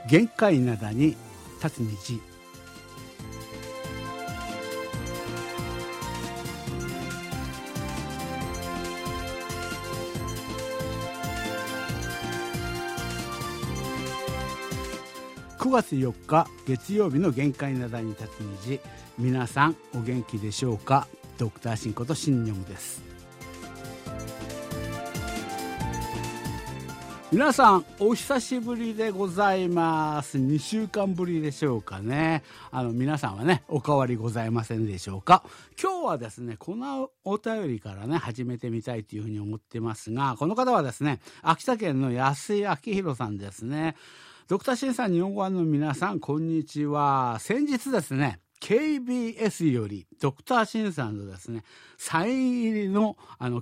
限界灘に立つ虹。9月4日月曜日の限界灘に立つ虹。皆さんお元気でしょうか。ドクターシンことシンニョムです。皆さんお久しぶりでございます。2週間ぶりでしょうかね。皆さんはねお変わりございませんでしょうか。今日はですねこのお便りからね始めてみたいというふうに思ってますが、この方はですね秋田県の安井明弘さんですね。ドクターシンさん、日本語版の皆さん、こんにちは。先日ですね、KBS よりドクターシンさんのですね、サイン入りの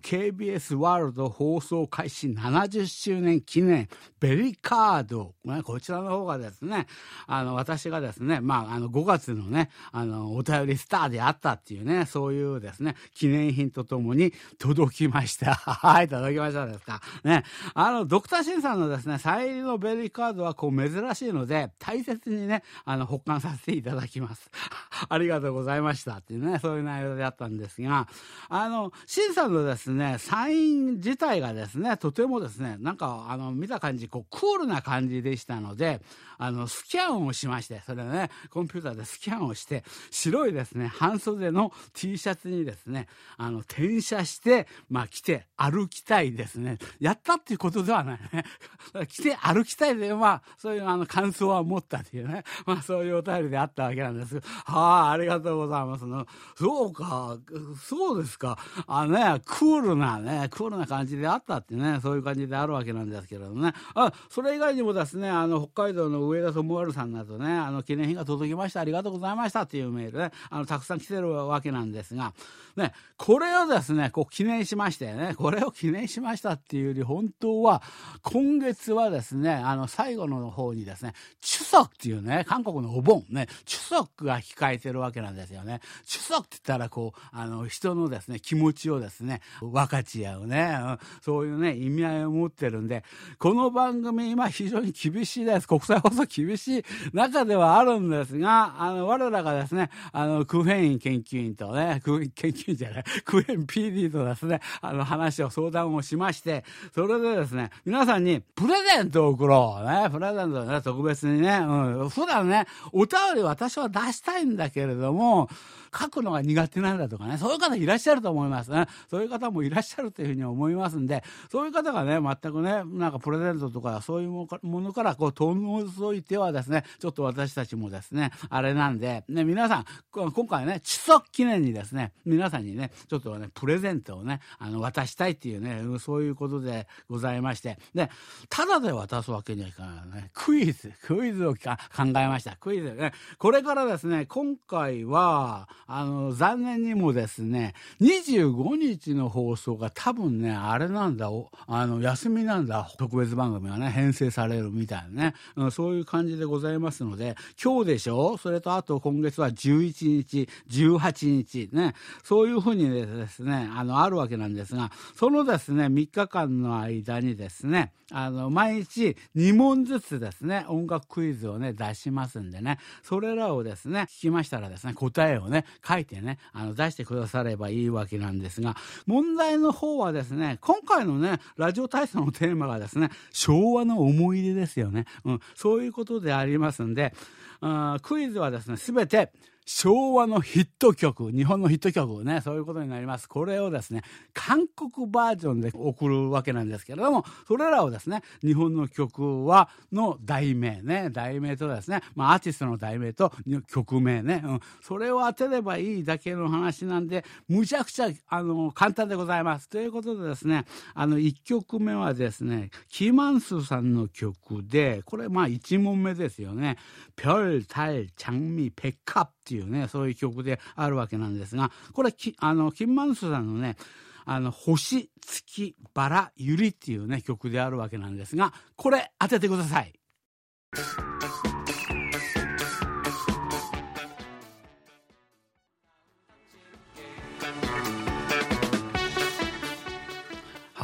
KBS ワールド放送開始70周年記念ベリカード、こちらの方がですね、私がですね、5月のね、お便りスターであったっていうね、そういうですね、記念品とともに届きました。はい、届きましたですか。ね、ドクターシンさんのですね、サイン入りのベリカードはこう珍しいので、大切にね、保管させていただきます。ありがとうございましたっていうね、そういう内容であったんですが、シンさんのですね、サイン自体がですね、とてもですね、なんか見た感じ、こうクールな感じでしたので、スキャンをしまして、それね、コンピューターでスキャンをして、白いですね、半袖の T シャツにですね、転写して、着て歩きたいですね。やったっていうことではないね。着て歩きたいで、そういう感想は持ったっていうね、そういうお便りであったわけなんです。ありがとうございます。そうか、そうですか。クールな感じであったってね、そういう感じであるわけなんですけれどもね。それ以外にもですね、北海道の上田智春さんなどね、記念品が届きました、ありがとうございましたっていうメールね、たくさん来てるわけなんですが、ね、これをですね、こう記念しましてね、これを記念しましたっていうより、本当は、今月はですね、最後の方にですね、チュソクっていうね、韓国のお盆ね、チュソクが控えてるわけなんですよね。チュソクって言ったら、こう、人のですね、気持ちをですね、分かち合うね、そういうね、意味合いを持ってるんで、この番組、今非常に厳しいです。国際放送厳しい中ではあるんですが、我らがですね、クフェイン研究員とね、クフェイン PD とですね、話を相談をしまして、それでですね、皆さんにプレゼントを送ろう。ね、プレゼントをね、特別にね、普段ね、お便り私は出したいんだけれども、書くのが苦手なんだとかね、そういう方いらっしゃると思いますね。そういう方もいらっしゃるというふうに思いますんで、そういう方がね、全くね、なんかプレゼントとかそういうものからこう遠のいてはですね、ちょっと私たちもですね、あれなんで、ね、皆さん、今回ね、知足記念にですね、皆さんにね、ちょっとね、プレゼントをね、渡したいっていうね、そういうことでございまして、で、ただで渡すわけにはいかないね、クイズを考えました。クイズね、これからですね、今回は、残念にもですね、25日の放送が多分ね、あれなんだ、休みなんだ、特別番組がね、編成されるみたいなね、そういう感じでございますので、今日でしょ、それとあと今月は11日、18日ね、そういうふうにですね、あるわけなんですが、そのですね、3日間の間にですね、毎日2問ずつですね、音楽クイズをね、出しますんでね、それらをですね、聞きましたらですね、答えをね、書いてね、出してくださればいいわけなんですが、問題の方はですね、今回のね、ラジオ体操のテーマがですね、昭和の思い出ですよね。そういうことでありますんで、クイズはですね、すべて昭和のヒット曲、日本のヒット曲ね、そういうことになります。これをですね、韓国バージョンで送るわけなんですけれども、それらをですね、日本の曲の題名とですね、アーティストの題名と曲名ね、それを当てればいいだけの話なんで、むちゃくちゃ簡単でございます。ということでですね、1曲目はですね、キーマンスさんの曲で、これ1問目ですよね。별、달、 장미、 백합っていうね、そういう曲であるわけなんですが、これキンマンスさんのね、星、月、バラ、ユリっていうね、曲であるわけなんですが、これ当ててください。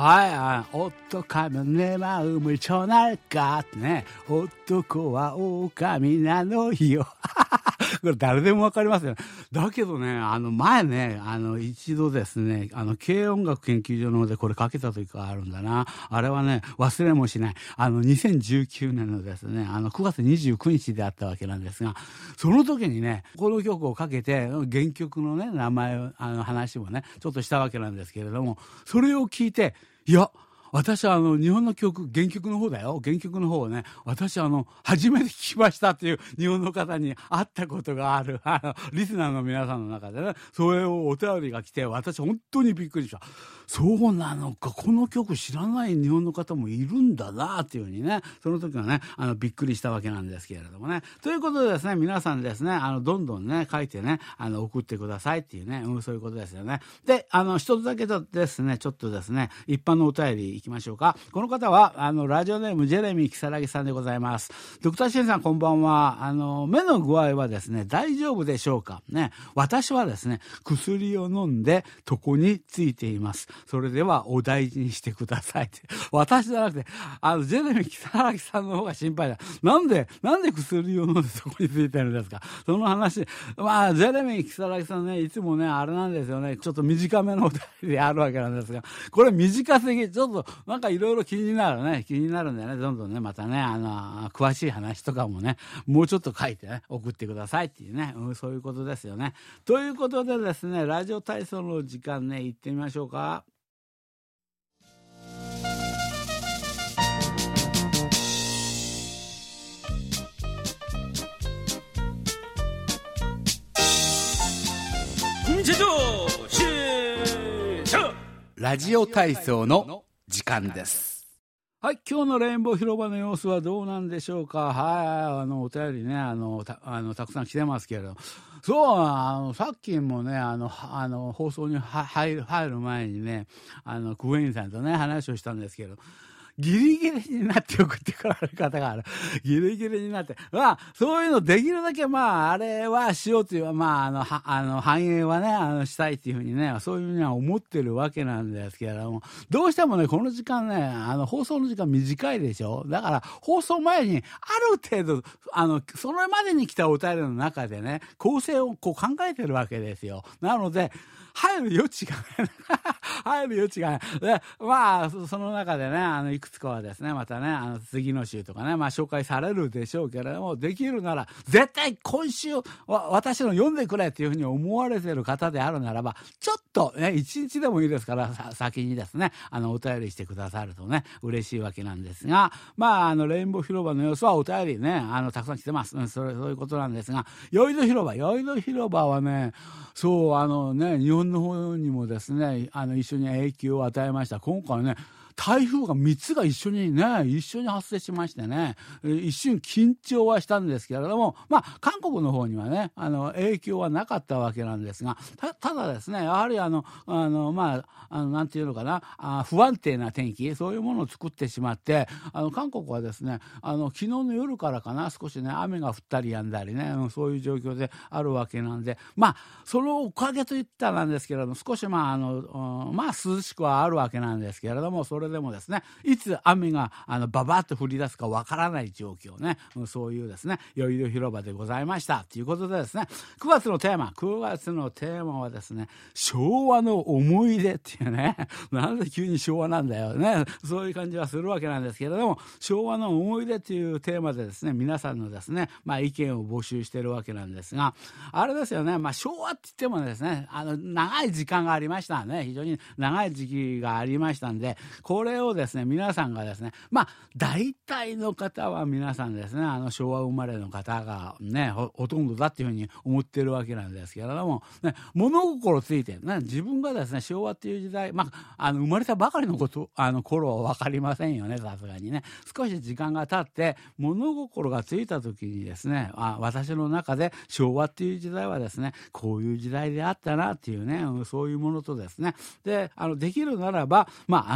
はい、男ねまうむちょなるかってね、男は狼なのよ。これ誰でもわかりますよね。だけどね、前ね、一度ですね、軽音楽研究所の方でこれかけた時があるんだな。あれはね、忘れもしない。2019年のですね、9月29日であったわけなんですが、その時にね、この曲をかけて、原曲のね、名前を、話もね、ちょっとしたわけなんですけれども、それを聞いて、いや、私は日本の曲、原曲の方だよ。原曲の方をね、私初めて聞きましたっていう日本の方に会ったことがある、リスナーの皆さんの中でね、それをお便りが来て、私本当にびっくりした。そうなのか、この曲知らない日本の方もいるんだなっていうふうにね、その時はね、びっくりしたわけなんですけれどもね。ということでですね、皆さんですね、どんどんね、書いてね、送ってくださいっていうね、そういうことですよね。で、一つだけですね、ちょっとですね、一般のお便りいきましょうか。この方は、ラジオネームジェレミー木更木さんでございます。ドクターシェンさん、こんばんは。目の具合はですね、大丈夫でしょうかね。私はですね、薬を飲んで床についています。それではお大事にしてくださいって。私じゃなくて、ジェレミー木更木さんの方が心配だ。なんで薬を飲んでそこについてるんですか。その話、ジェレミー木更木さんね、いつもね、あれなんですよね、ちょっと短めのお便りであるわけなんですが、これ短すぎ、ちょっとなんかいろいろ気になるんでね、どんどんね、またね、詳しい話とかもね、もうちょっと書いてね、送ってくださいっていうね、そういうことですよね。ということでですね、ラジオ体操の時間ね、行ってみましょうか。ラジオ体操の時間です。はい、今日のレインボー広場の様子はどうなんでしょうか。はい、お便りね、たくさん来てますけれど、そう、さっきもね、放送に入る前にね、クエインさんとね、話をしたんですけど、ギリギリになって送ってこられる方がある。ギリギリになって。そういうのできるだけあれはしようという、反映はね、したいっていうふうにね、そういうふうには思ってるわけなんですけれども、どうしてもね、この時間ね、放送の時間短いでしょ。だから、放送前に、ある程度、それまでに来たお便りの中でね、構成をこう考えてるわけですよ。なので、入る余地がない。で、その中でね、いくつかはですね、またね、次の週とかね、紹介されるでしょうけれども、できるなら、絶対今週、私の読んでくれっていうふうに思われている方であるならば、ちょっとね、一日でもいいですから、先にですね、お便りしてくださるとね、嬉しいわけなんですが、レインボー広場の様子はお便りね、たくさん来てます。そういうことなんですが、ヨイド広場はね、そう、日本の方にもですね、一緒に影響を与えました。今回ね、台風が3つが一緒に発生しましてね、一瞬緊張はしたんですけれども、韓国の方にはね、影響はなかったわけなんですが、ただですね、やはりなんていうのかな、不安定な天気、そういうものを作ってしまって、韓国はですね、昨日の夜からかな、少しね、雨が降ったりやんだりね、そういう状況であるわけなんで、そのおかげといったらなんですけれども、少し涼しくはあるわけなんですけれども、それでもですね、いつ雨がババッと降り出すかわからない状況ね、そういうですね、ヨイド広場でございましたということでですね、9月のテーマはですね、昭和の思い出っていうね、なんで急に昭和なんだよね、そういう感じはするわけなんですけれども、昭和の思い出というテーマでですね、皆さんのですね、意見を募集しているわけなんですが、あれですよね、昭和って言ってもですね、長い時間がありましたね、非常に長い時期がありましたんで、これをですね、皆さんがですね、大体の方は皆さんですね、昭和生まれの方がね、ほとんどだっていうふうに思ってるわけなんですけれども、ね、物心ついて、ね、自分がですね、昭和っていう時代、生まれたばかりの頃は分かりませんよね、さすがにね。少し時間が経って、物心がついた時にですね、私の中で昭和っていう時代はですね、こういう時代であったなっていうね、そういうものとですね、で、できるならば、あの時代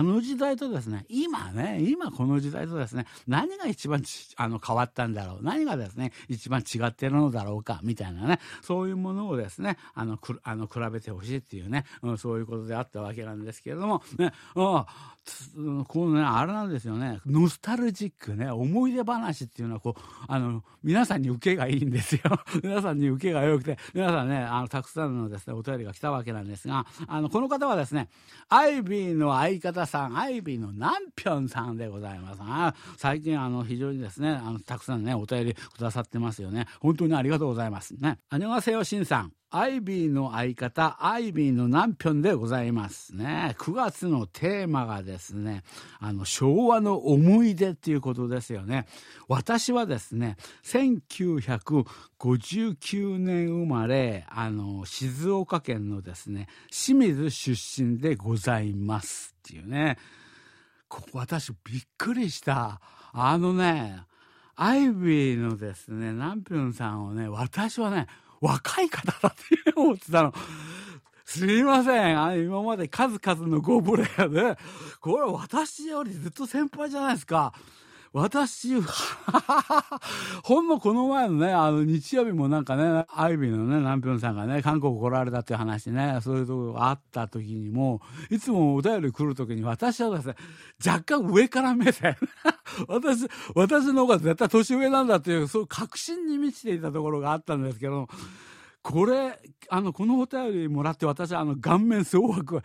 代とですね、今この時代とですね、何が一番変わったんだろう、何がですね一番違っているのだろうかみたいなね、そういうものをですね比べてほしいっていうね、そういうことであったわけなんですけれどもね、こうねあれなんですよね、ノスタルジックね、思い出話っていうのはこう皆さんに受けがいいんですよ皆さんに受けが良くて、皆さんねたくさんのですねお便りが来たわけなんですが、この方はですね、アイビーの相方さん、アイビーのナンピョンさんでございます。最近非常にですねたくさんねお便りくださってますよね。本当にありがとうございますね。あにょがせよしんさん、アイビーの相方、アイビーのナンピョンでございますね。9月のテーマがですね、昭和の思い出っていうことですよね。私はですね、1959年生まれ、静岡県のですね、清水出身でございますっていうね。私びっくりした。アイビーのですね、ナンピョンさんをね、私はね、若い方だって思ってたの。すいません。今まで数々のご無礼で、これ私よりずっと先輩じゃないですか。私、ほんのこの前のね、日曜日もなんかね、アイビーのね、ナンピョンさんがね、韓国来られたっていう話ね、そういうところがあった時にも、いつもお便り来る時に私はですね、若干上から目線。私の方が絶対年上なんだっていう、そういう確信に満ちていたところがあったんですけど、これ、このお便りもらって私は顔面蒼白。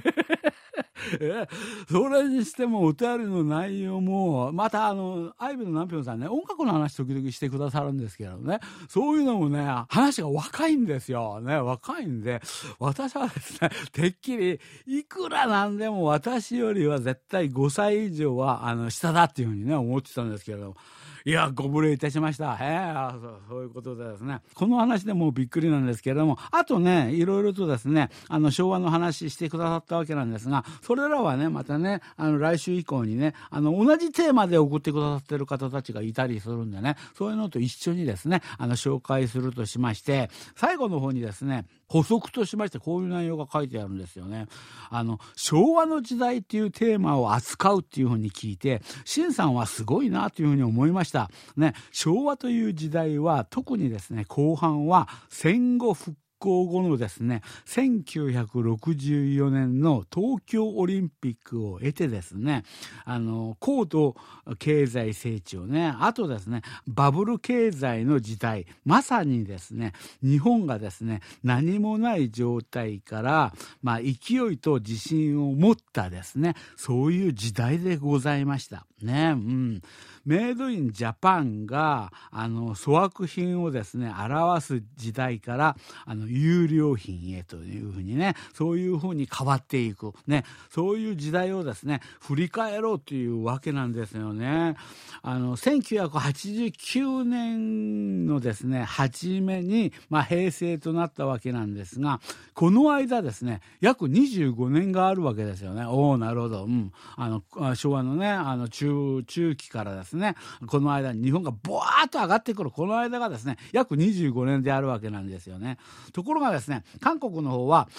それにしてもお便りの内容も、またアイビーのナンピョンさんね、音楽の話時々してくださるんですけどね、そういうのもね、話が若いんですよ。ね、若いんで、私はですね、てっきり、いくらなんでも私よりは絶対5歳以上は、下だっていうふうにね、思ってたんですけれども、いや、ご無礼いたしました。そういうことでですね。この話でもうびっくりなんですけれども、あとね、いろいろとですね、昭和の話してくださったわけなんですが、それらはね、またね、来週以降にね、同じテーマで送ってくださってる方たちがいたりするんでね、そういうのと一緒にですね、紹介するとしまして、最後の方にですね、補足としましてこういう内容が書いてあるんですよね。昭和の時代っていうテーマを扱うっていうふうに聞いて、シンさんはすごいなというふうに思いました。ね、昭和という時代は特にですね、後半は戦後復興後のですね、1964年の東京オリンピックを得てですね、高度経済成長ね、あとですね、バブル経済の時代、まさにですね、日本がですね、何もない状態から、勢いと自信を持ったですね、そういう時代でございましたね。メイドインジャパンが粗悪品をですね表す時代から優良品へというふうにね、そういうふうに変わっていくね、そういう時代をですね振り返ろうというわけなんですよね。1989年のですね初めに、平成となったわけなんですが、この間ですね約25年があるわけですよね。なるほど、昭和のね中期からですね、この間に日本がボワーッと上がってくるこの間がですね約25年であるわけなんですよね。ところがですね、韓国の方は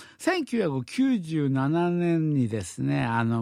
1997年にですね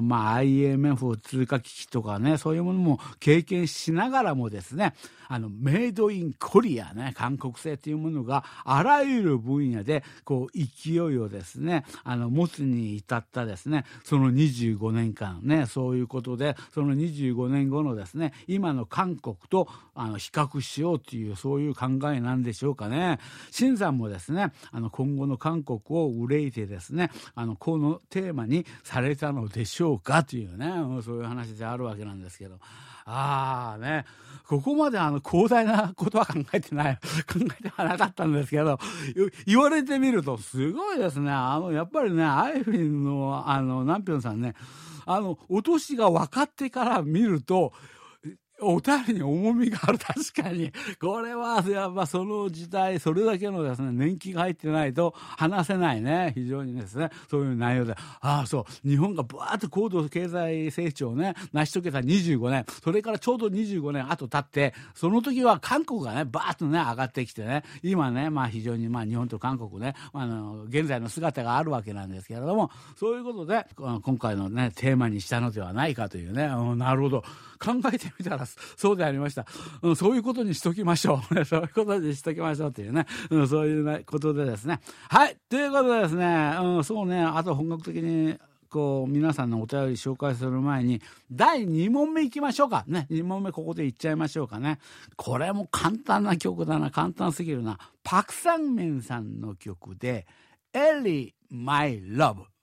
IMF 通貨危機とかね、そういうものも経験しながらもですね、メイドインコリアね、韓国製というものがあらゆる分野でこう勢いをですね持つに至ったですね、その25年間ね、そういうことでその25年後のですね今の韓国と比較しようという、そういう考えなんでしょうかね。新さんもですね今後の韓国を憂いてですねこのテーマにされたのでしょうかというね、そういう話であるわけなんですけど、ね、ここまで広大なことは考えてはなかったんですけど、言われてみるとすごいですね。やっぱりね、アイフィンのナンピョンさんね、お年が分かってから見るとお便りに重みがある。確かに。これは、やっぱその時代、それだけのですね、年季が入ってないと話せないね。非常にですね、そういう内容で。そう、日本がバーッと高度経済成長をね、成し遂げた25年、それからちょうど25年後経って、その時は韓国がね、バーッとね、上がってきてね、今ね、非常に日本と韓国ね、現在の姿があるわけなんですけれども、そういうことで、今回のね、テーマにしたのではないかというね、なるほど。考えてみたらそうでありました。そういうことにしときましょう。そういうことにしときましょうっていうね、そういう、ね、ことでですね。はい。ということでですね、そうね、あと本格的に、皆さんのお便り紹介する前に、第2問目いきましょうか。ね、2問目ここでいっちゃいましょうかね。これも簡単な曲だな、簡単すぎるな。パクサンメンさんの曲で、エリー・マイ・ラブ。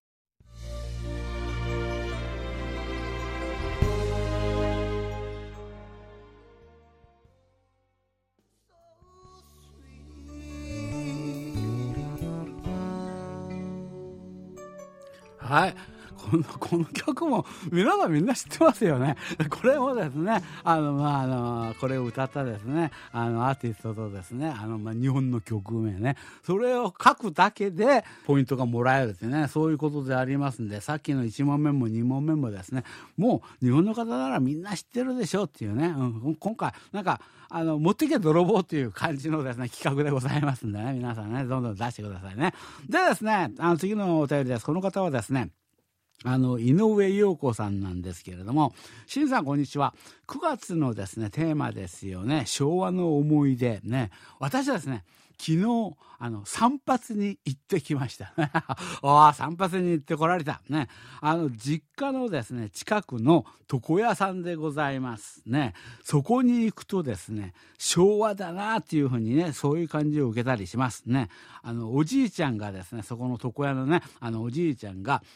はい。この曲も皆さんみんな知ってますよね。これもですね、これを歌ったですね、アーティストとですね、日本の曲名ね、それを書くだけでポイントがもらえるってね、そういうことでありますんで、さっきの1問目も2問目もですね、もう日本の方ならみんな知ってるでしょっていうね、今回なんか持ってけ泥棒っていう感じのですね、企画でございますんでね、皆さんね、どんどん出してくださいね。でですね、次のお便りです。この方はですね、井上陽子さんなんですけれども、しんさんこんにちは。9月のですね、テーマですよね。昭和の思い出ね。私はですね、昨日、散髪に行ってきました。散髪に行ってこられた。ね。実家のですね、近くの床屋さんでございますね。そこに行くとですね、昭和だなっていうふうにね、そういう感じを受けたりしますね。おじいちゃんがですね、そこの床屋のね、おじいちゃんが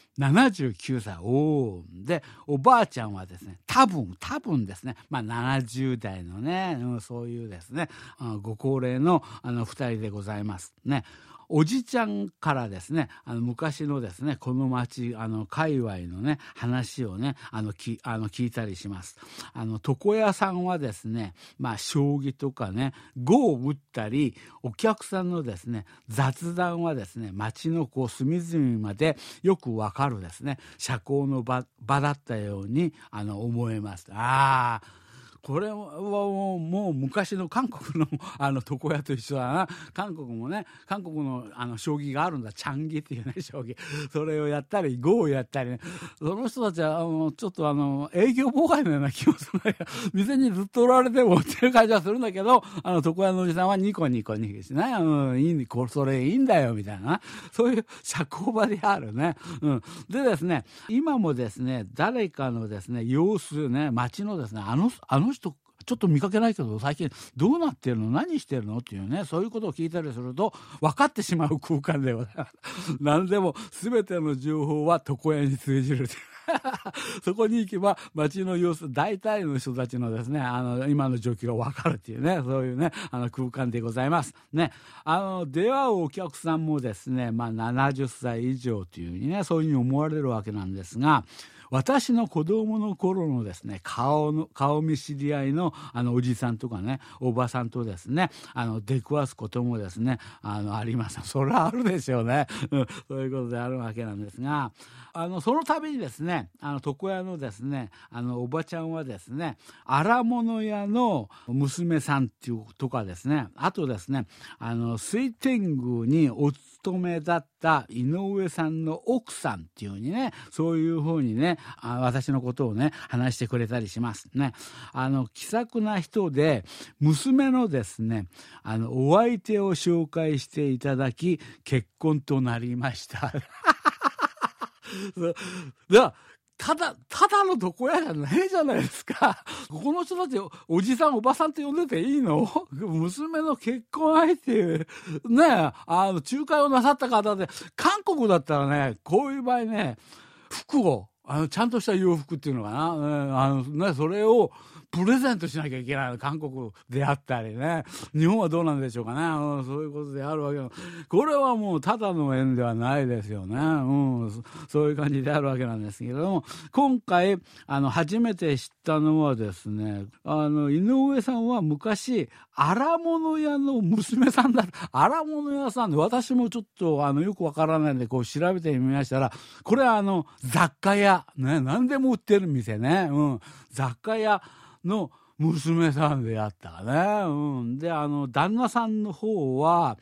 79歳。で、おばあちゃんはですね、多分ですね、70代のね、そういうですね、ご高齢の2人でございますね。おじちゃんからですね、昔のですね、この町界隈のね話をね聞いたりします。床屋さんはですね、将棋とかね、碁を打ったり、お客さんのですね雑談はですね、町の隅々までよくわかるですね、社交の場だったように思えます。これはもう昔の韓国の床屋と一緒だな。韓国もね、韓国の将棋があるんだ。チャンギっていうね、将棋。それをやったり、碁をやったりね。その人たちはちょっと営業妨害のような気もするんだけど、店にずっとおられてもっていう感じはするんだけど、床屋のおじさんはニコニコしてね、それいいんだよみたいな、そういう社交場であるね。でですね、今もですね、誰かのですね様子ね、街のですね、あの人ちょっと見かけないけど最近どうなってるの、何してるのっていうね、そういうことを聞いたりすると分かってしまう空間でございます。何でも全ての情報は床屋に通じるそこに行けば街の様子、大体の人たちのですね、今の状況が分かるっていうね、そういうね空間でございますね。出会うお客さんもですね、70歳以上というふうにね、そういうふうに思われるわけなんですが、私の子供の頃のですね、顔見知り合いのおじさんとかね、おばさんとですね、出くわすこともですね、あります。それはあるでしょうね。そういうことであるわけなんですが、その度にですね、床屋のですね、おばちゃんはですね、荒物屋の娘さんっていうとかですね、あとですね、水天宮にお勤めだった井上さんの奥さんっていう風にね、そういう風にね、私のことをね話してくれたりしますね。気さくな人で、娘のですねお相手を紹介していただき結婚となりましたただの床屋じゃないじゃないですか。ここの人たちおじさんおばさんって呼んでていいの？娘の結婚相手ね、仲介をなさった方で、韓国だったらね、こういう場合ね、服をちゃんとした洋服っていうのかな、それをプレゼントしなきゃいけないの、韓国であったりね、日本はどうなんでしょうかね、そういうことであるわけの、これはもうただの縁ではないですよね、そういう感じであるわけなんですけれども、今回初めて知ったのはですね、井上さんは昔荒物屋の娘さんだ。荒物屋さんで、私もちょっとよくわからないんでこう調べてみましたら、これは雑貨屋ね、何でも売ってる店ね、雑貨屋の娘さんであったね、で旦那さんの方は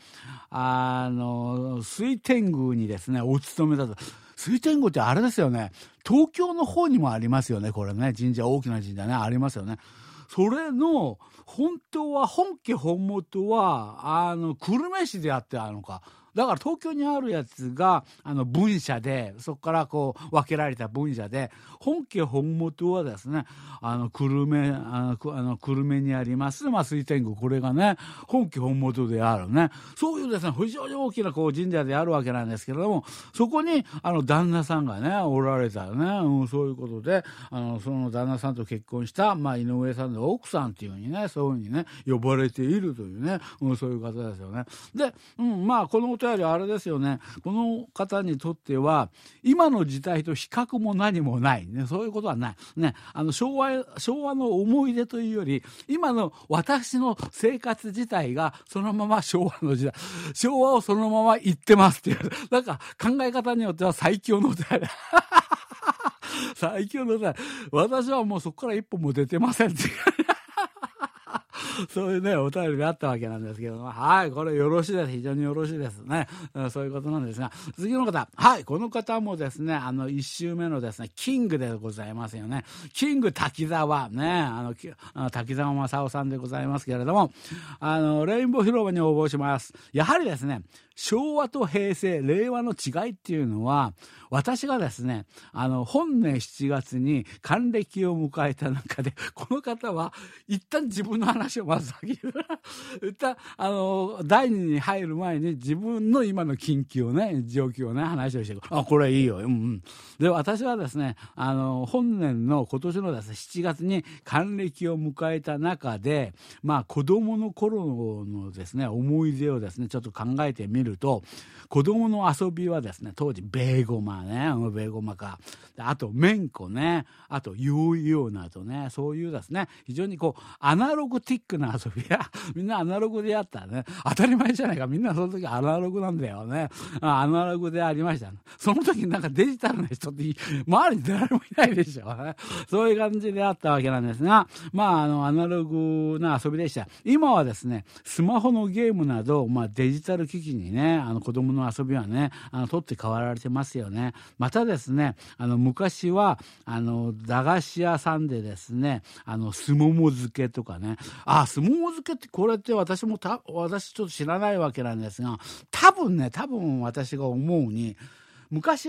水天宮にですねお勤めだと。水天宮ってあれですよね、東京の方にもありますよね、これね、神社、大きな神社ね、ありますよね。それの本家本元は久留米市であってあるのか。だから東京にあるやつが分社で、そこからこう分けられた分社で、本家本元はですね久留米にあります、水天宮、これがね本家本元であるね、そういうですね非常に大きなこう神社であるわけなんですけれども、そこに旦那さんがねおられたよね、そういうことでその旦那さんと結婚した、井上さんの奥さんっていうふうにね、そういうふうにね呼ばれているというね、そういう方ですよね。で、このお便りはあれですよね、この方にとっては今の時代と比較も何もないね、そういうことはないね。昭和の思い出というより、今の私の生活自体がそのまま昭和の時代、昭和をそのまま言ってますっていう、なんか考え方によっては最強の時代だ最強の時代、私はもうそこから一歩も出てませんっていうそういうねお便りがあったわけなんですけども、はい、これよろしいです、非常によろしいですね、そういうことなんですが、次の方、はい、この方もですね1週目のですねキングでございますよね。キング滝沢ね、滝沢正夫さんでございますけれども、レインボー広場に応募します。やはりですね、昭和と平成令和の違いっていうのは、私がですね本年7月に還暦を迎えた中で、この方は一旦自分の話をまず先に一旦第2に入る前に自分の今の近況をね、状況をね話をして、これいいよ、で私はですね本年の今年のですね7月に還暦を迎えた中で、子供の頃のですね思い出をですねちょっと考えてみると、子供の遊びはですね、当時ベーゴマね、ベーゴマか、あとめんこね、あとヨーヨーなどね、そういうですね非常にこうアナログティックな遊びや、みんなアナログでやったね、当たり前じゃないか、みんなその時アナログなんだよね、アナログでありました、ね、その時になんかデジタルな人って周りに誰もいないでしょ、ね、そういう感じであったわけなんですが、アナログな遊びでした。今はですねスマホのゲームなど、デジタル機器にね子供の遊びはね取って代わられてますよね。またですね昔は駄菓子屋さんでですねすもも漬けとかね、すもも漬けってこれって私ちょっと知らないわけなんですが、多分私が思うに、昔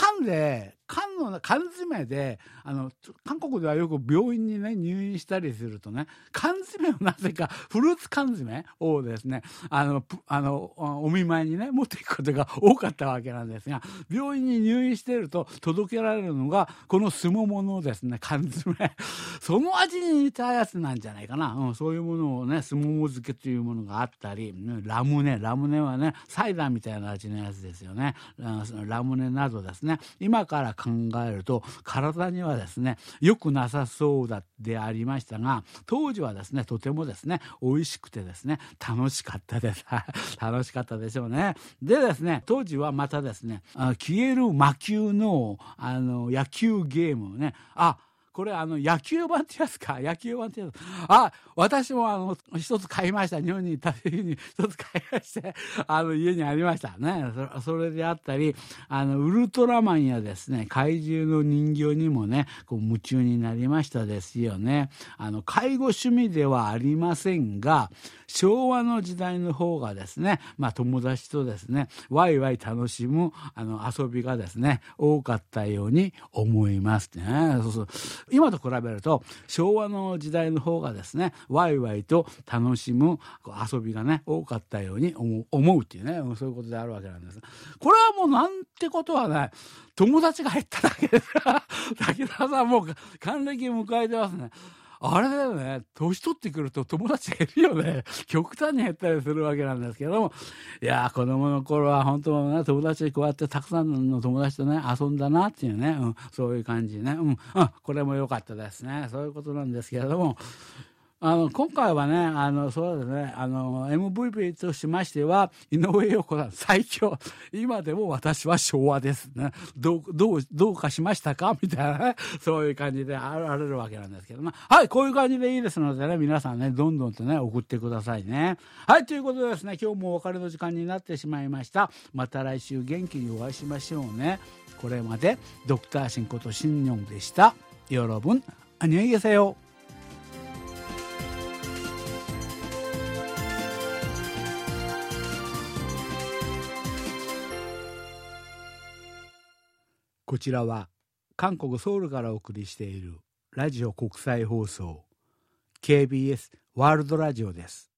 缶詰で韓国ではよく病院にね入院したりするとね、缶詰をなぜかフルーツ缶詰をですねお見舞いにね持っていくことが多かったわけなんですが、病院に入院していると届けられるのがこのすもものですね缶詰その味に似たやつなんじゃないかな、そういうものをねすもも漬けというものがあったり、ラムネはねサイダーみたいな味のやつですよね。ラムネなどですね、今から考えると体にはですね良くなさそうでありましたが、当時はですねとてもですね美味しくてですね楽しかったです楽しかったでしょうね。でですね、当時はまたですね消える魔球の野球ゲームをね、これ野球盤ってやつか、私も一つ買いました。日本に行った時に一つ買いまして家にありましたね。それであったりウルトラマンやですね怪獣の人形にもねこう夢中になりましたですよね。介護趣味ではありませんが、昭和の時代の方がですね友達とですねワイワイ楽しむ遊びがですね多かったように思いますね。 今と比べると昭和の時代の方がですね、ワイワイと楽しむ遊びがね多かったように思うっていうね、そういうことであるわけなんです。これはもうなんてことはね、友達が減っただけです武田さんもう還暦迎えてますね。あれだよね、年取ってくると友達減るよね。極端に減ったりするわけなんですけども、いや子供の頃は本当ね、友達こうやってたくさんの友達とね遊んだなっていうね、そういう感じね、これも良かったですね。そういうことなんですけれども、今回はね、そうですね、MVP としましては井上陽子さん最強、今でも私は昭和ですね、どうかしましたかみたいなね、そういう感じであられるわけなんですけども、はい、こういう感じでいいですのでね、皆さんねどんどんとね送ってくださいね。はい、ということでですね、今日もお別れの時間になってしまいました。また来週元気にお会いしましょうね。これまでドクターシンことシンニョンでした。여러분 안녕히 계세요。こちらは韓国ソウルからお送りしているラジオ国際放送 KBS ワールドラジオです。